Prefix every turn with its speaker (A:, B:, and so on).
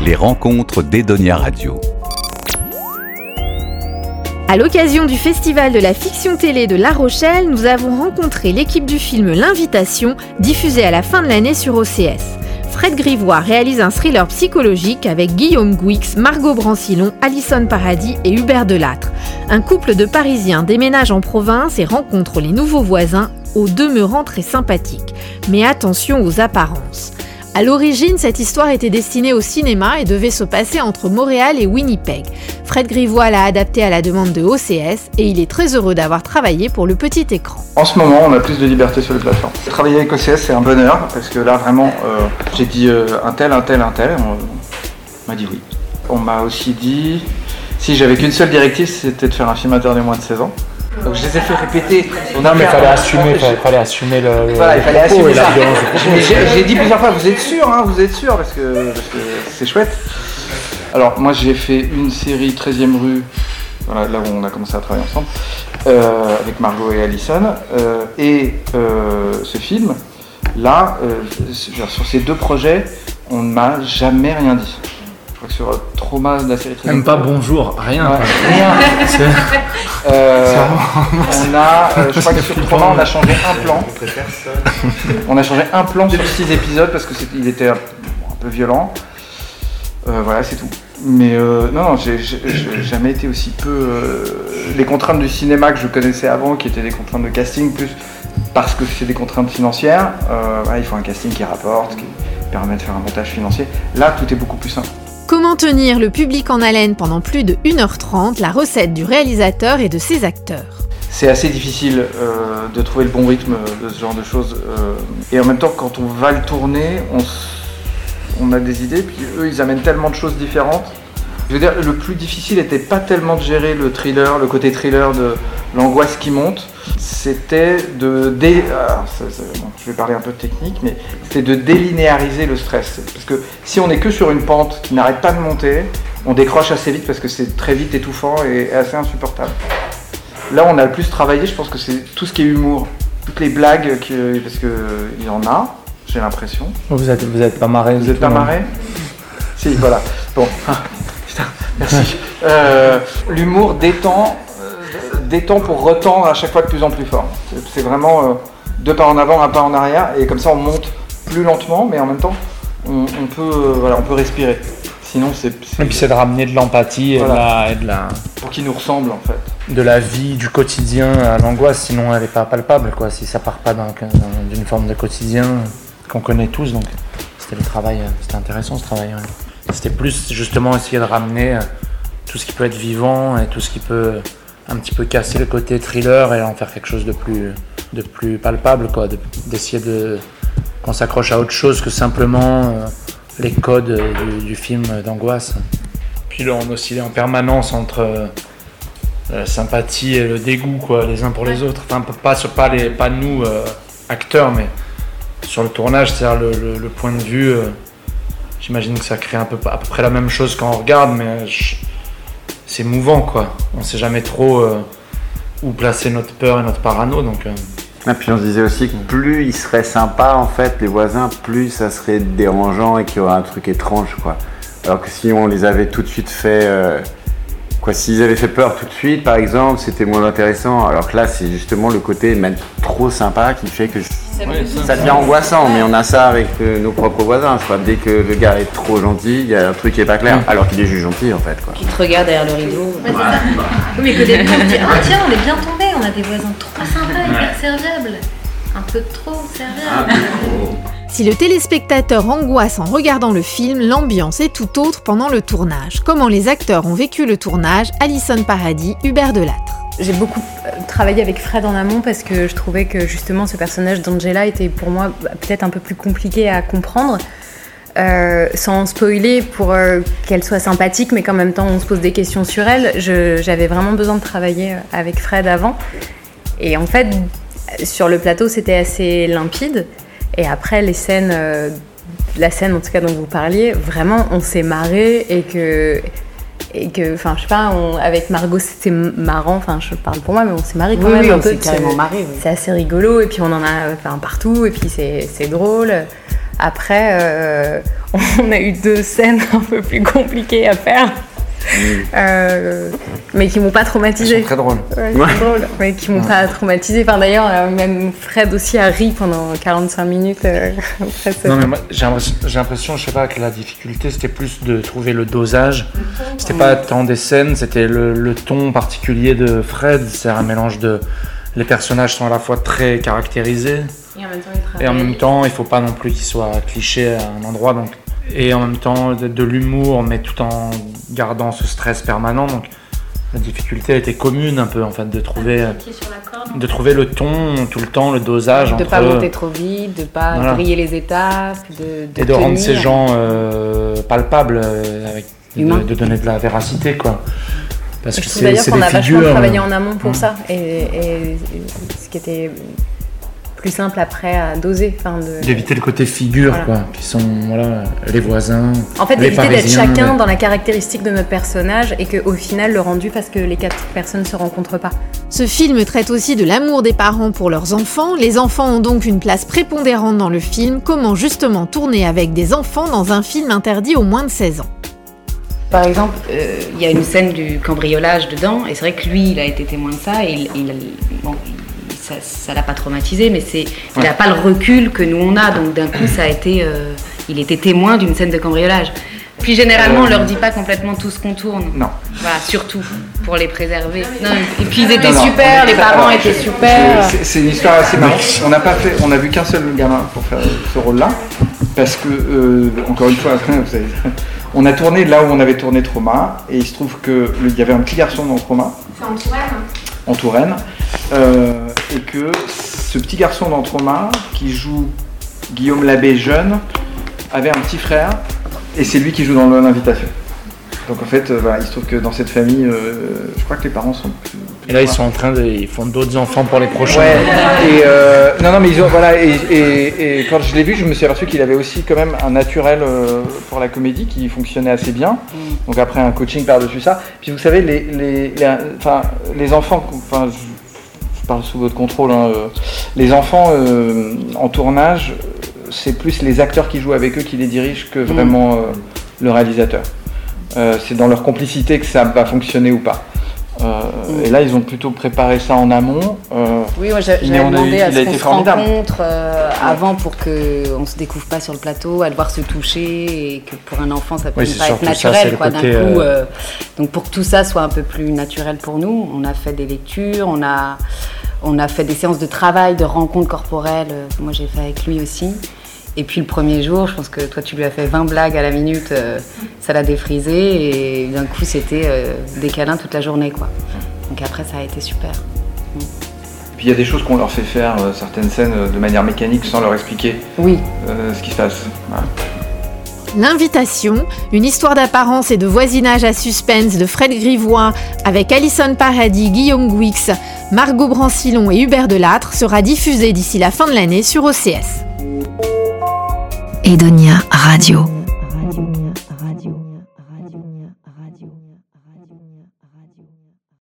A: Les rencontres d'Edonia Radio.
B: À l'occasion du Festival de la fiction télé de La Rochelle, nous avons rencontré l'équipe du film L'Invitation, diffusé à la fin de l'année sur OCS. Fred Grivois réalise un thriller psychologique avec Guillaume Gouix, Margot Brancillon, Alison Paradis et Hubert Delattre. Un couple de Parisiens déménage en province et rencontre les nouveaux voisins, au demeurant très sympathiques. Mais attention aux apparences. À l'origine, cette histoire était destinée au cinéma et devait se passer entre Montréal et Winnipeg. Fred Grivois l'a adapté à la demande de OCS et il est très heureux d'avoir travaillé pour le petit écran.
C: En ce moment, on a plus de liberté sur les plateformes. Travailler avec OCS, c'est un bonheur parce que là, vraiment, j'ai dit un tel, on m'a dit oui. On m'a aussi dit, si j'avais qu'une seule directive, c'était de faire un film interdit moins de 16 ans. Donc je les ai fait répéter.
D: Non mais fallait assumer le
C: voilà, il fallait assumer ça.
D: J'ai
C: J'ai dit plusieurs fois, vous êtes sûr, parce que c'est chouette. Alors moi j'ai fait une série 13e rue, voilà, là où on a commencé à travailler ensemble, avec Margot et Alison, et ce film, là, sur ces deux projets, on ne m'a jamais rien dit. Je crois que sur Trauma de la série 13e
D: même pas bonjour, rien.
C: Ouais, rien. On a, je crois que sur Trauma, on a changé un plan. On a changé un plan sur 6 épisodes parce qu'il était un peu violent. Voilà, c'est tout. Mais non, j'ai jamais été aussi peu. Les contraintes du cinéma que je connaissais avant, qui étaient des contraintes de casting, plus parce que c'est des contraintes financières, il faut un casting qui rapporte, qui permet de faire un montage financier. Là, tout est beaucoup plus simple.
B: Comment tenir le public en haleine pendant plus de 1h30, la recette du réalisateur et de ses acteurs.
C: C'est assez difficile de trouver le bon rythme de ce genre de choses. Et en même temps, quand on va le tourner, on a des idées, puis eux, ils amènent tellement de choses différentes. Je veux dire, le plus difficile n'était pas tellement de gérer le thriller, le côté thriller de l'angoisse qui monte, c'était je vais parler un peu de technique, mais c'était de délinéariser le stress. Parce que si on n'est que sur une pente qui n'arrête pas de monter, on décroche assez vite parce que c'est très vite étouffant et assez insupportable. Là, on a le plus travaillé, je pense que c'est tout ce qui est humour, toutes les blagues, parce qu'il y en a, j'ai l'impression.
D: Vous êtes pas marré.
C: Vous êtes pas marré ? Si, voilà. Bon, putain, merci. L'humour détend pour retendre à chaque fois de plus en plus fort. C'est vraiment 2 pas en avant, 1 pas en arrière, et comme ça on monte plus lentement, mais en même temps on peut respirer. Sinon c'est...
D: Et puis c'est de ramener de l'empathie et,
C: voilà.
D: de la...
C: Pour qu'ils nous ressemblent en fait.
D: De la vie, du quotidien à l'angoisse, sinon elle n'est pas palpable, quoi. Si ça part pas d'une forme de quotidien qu'on connaît tous, donc c'était intéressant ce travail. Ouais. C'était plus justement essayer de ramener tout ce qui peut être vivant et tout ce qui peut un petit peu casser le côté thriller et en faire quelque chose de plus palpable, quoi. D'essayer qu'on s'accroche à autre chose que simplement les codes du film d'angoisse. Puis là on oscillait en permanence entre la sympathie et le dégoût, quoi, les uns pour les autres. Enfin pas nous acteurs, mais sur le tournage, c'est-à-dire le point de vue. J'imagine que ça crée à peu près la même chose quand on regarde, mais c'est mouvant, quoi. On sait jamais trop où placer notre peur et notre parano, donc...
E: Et puis on se disait aussi que plus ils seraient sympas, en fait, les voisins, plus ça serait dérangeant et qu'il y aurait un truc étrange, quoi. Alors que si on les avait tout de suite fait... s'ils avaient fait peur tout de suite, par exemple, c'était moins intéressant. Alors que là, c'est justement le côté même trop sympa qui fait que ça devient angoissant. Mais on a ça avec nos propres voisins. Quoi. Dès que le gars est trop gentil, il y a un truc qui est pas clair. Alors qu'il est juste gentil, en fait. Quoi.
F: Qui te regarde derrière le rideau.
G: Ouais, c'est ça. Oui, mais qu'au début, on se dit, tiens, on est bien tombé, on a des voisins trop sympas, hyper serviables. Un peu trop serviables.
B: Si le téléspectateur angoisse en regardant le film, l'ambiance est tout autre pendant le tournage. Comment les acteurs ont vécu le tournage, Alison Paradis, Hubert Delattre.
H: J'ai beaucoup travaillé avec Fred en amont parce que je trouvais que justement ce personnage d'Angela était pour moi peut-être un peu plus compliqué à comprendre. Sans spoiler pour qu'elle soit sympathique, mais qu'en même temps on se pose des questions sur elle. J'avais vraiment besoin de travailler avec Fred avant. Et en fait, sur le plateau, c'était assez limpide. Et après, la scène en tout cas dont vous parliez, vraiment, on s'est marré et que enfin, je sais pas, avec Margot, c'était marrant. Enfin, je parle pour moi, mais on s'est marré quand même un peu.
F: On s'est carrément marré. Oui.
H: C'est assez rigolo et puis on en a partout et puis c'est drôle. Après, on a eu 2 scènes un peu plus compliquées à faire. Mais qui m'ont pas traumatisée.
C: Elles sont très drôles.
H: Ouais, c'est drôle, mais qui m'ont pas traumatisée. Enfin, d'ailleurs, même Fred aussi a ri pendant 45 minutes. Après
D: non, mais moi, j'ai l'impression, je sais pas, que la difficulté c'était plus de trouver le dosage. C'était pas tant des scènes, c'était le ton particulier de Fred. C'est un mélange de. Les personnages sont à la fois très caractérisés. Et en même temps, il faut pas non plus qu'ils soient clichés à un endroit. Donc. Et en même temps de l'humour, mais tout en gardant ce stress permanent. Donc la difficulté était commune un peu en fait, de trouver le ton tout le temps, le dosage.
F: De ne pas monter trop vite, de ne pas griller les étapes,
D: et de rendre ces gens palpables, de donner de la véracité quoi. Parce que
H: d'ailleurs qu'on a vachement travaillé en amont pour ça, et ce qui était plus simple après à doser.
D: D'éviter le côté figure, voilà. Quoi, qui sont les voisins.
H: En fait, d'éviter d'être chacun dans la caractéristique de notre personnage et qu'au final, le rendu fasse que les 4 personnes ne se rencontrent pas.
B: Ce film traite aussi de l'amour des parents pour leurs enfants. Les enfants ont donc une place prépondérante dans le film. Comment justement tourner avec des enfants dans un film interdit aux moins de 16 ans ?
F: Par exemple, il y a une scène du cambriolage dedans, et c'est vrai que lui, il a été témoin de ça, et ça l'a pas traumatisé, mais il n'a pas le recul que nous on a, donc d'un coup ça a été, il était témoin d'une scène de cambriolage. Puis généralement on leur dit pas complètement tout ce qu'on tourne.
C: Non.
F: Voilà, surtout pour les préserver. Non, et puis ils étaient super, les parents étaient super.
C: C'est une histoire assez marrante. On a vu qu'un seul gamin pour faire ce rôle-là, parce que encore une fois, vous savez, on a tourné là où on avait tourné Trauma, et il se trouve que il y avait un petit garçon dans Trauma.
G: C'est
C: en Touraine. Et que ce petit garçon dans Trauma, qui joue Guillaume Labbé jeune, avait un petit frère, et c'est lui qui joue dans l'Invitation. Donc en fait, il se trouve que dans cette famille, je crois que les parents sont plus...
D: Et là, ils font d'autres enfants pour les prochains.
C: Ouais. Et non, mais ils ont et quand je l'ai vu, je me suis aperçu qu'il avait aussi quand même un naturel pour la comédie qui fonctionnait assez bien. Donc après un coaching par-dessus ça. Puis vous savez, les enfants, je parle sous votre contrôle. Hein, les enfants en tournage, c'est plus les acteurs qui jouent avec eux qui les dirigent que vraiment le réalisateur. C'est dans leur complicité que ça va fonctionner ou pas. Et là, ils ont plutôt préparé ça en amont.
F: Oui, moi j'avais demandé à ce qu'on se rencontre avant pour qu'on ne se découvre pas sur le plateau, à devoir se toucher, et que pour un enfant ça peut pas être naturel quoi, d'un coup. Donc pour que tout ça soit un peu plus naturel pour nous, on a fait des lectures, on a fait des séances de travail, de rencontres corporelles, moi j'ai fait avec lui aussi. Et puis le premier jour, je pense que toi tu lui as fait 20 blagues à la minute, ça l'a défrisé, et d'un coup c'était des câlins toute la journée quoi. Donc après ça a été super.
C: Puis il y a des choses qu'on leur fait faire, certaines scènes de manière mécanique sans leur expliquer ce qui se passe. Voilà.
B: L'Invitation, une histoire d'apparence et de voisinage à suspense de Fred Grivois avec Alison Paradis, Guillaume Gouix, Margot Brancillon et Hubert Delattre sera diffusée d'ici la fin de l'année sur OCS.
I: Edonia Radio.